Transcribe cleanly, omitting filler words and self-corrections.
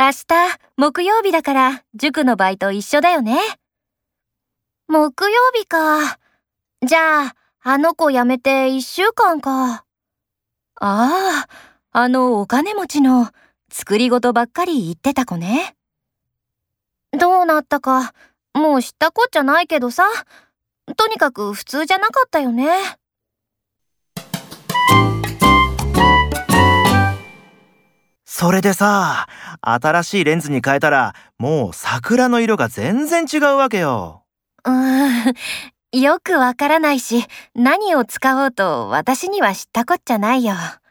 明日、木曜日だから塾のバイト一緒だよね。木曜日か。じゃあ、あの子辞めて1週間か。ああ、お金持ちの作り事ばっかり言ってた子ね。どうなったか、もう知ったこっちゃないけどさ。とにかく普通じゃなかったよね。 それでさ、新しいレンズに変えたら、もう桜の色が全然違うわけよ。 よくわからないし、何を使おうと私には知ったこっちゃないよ。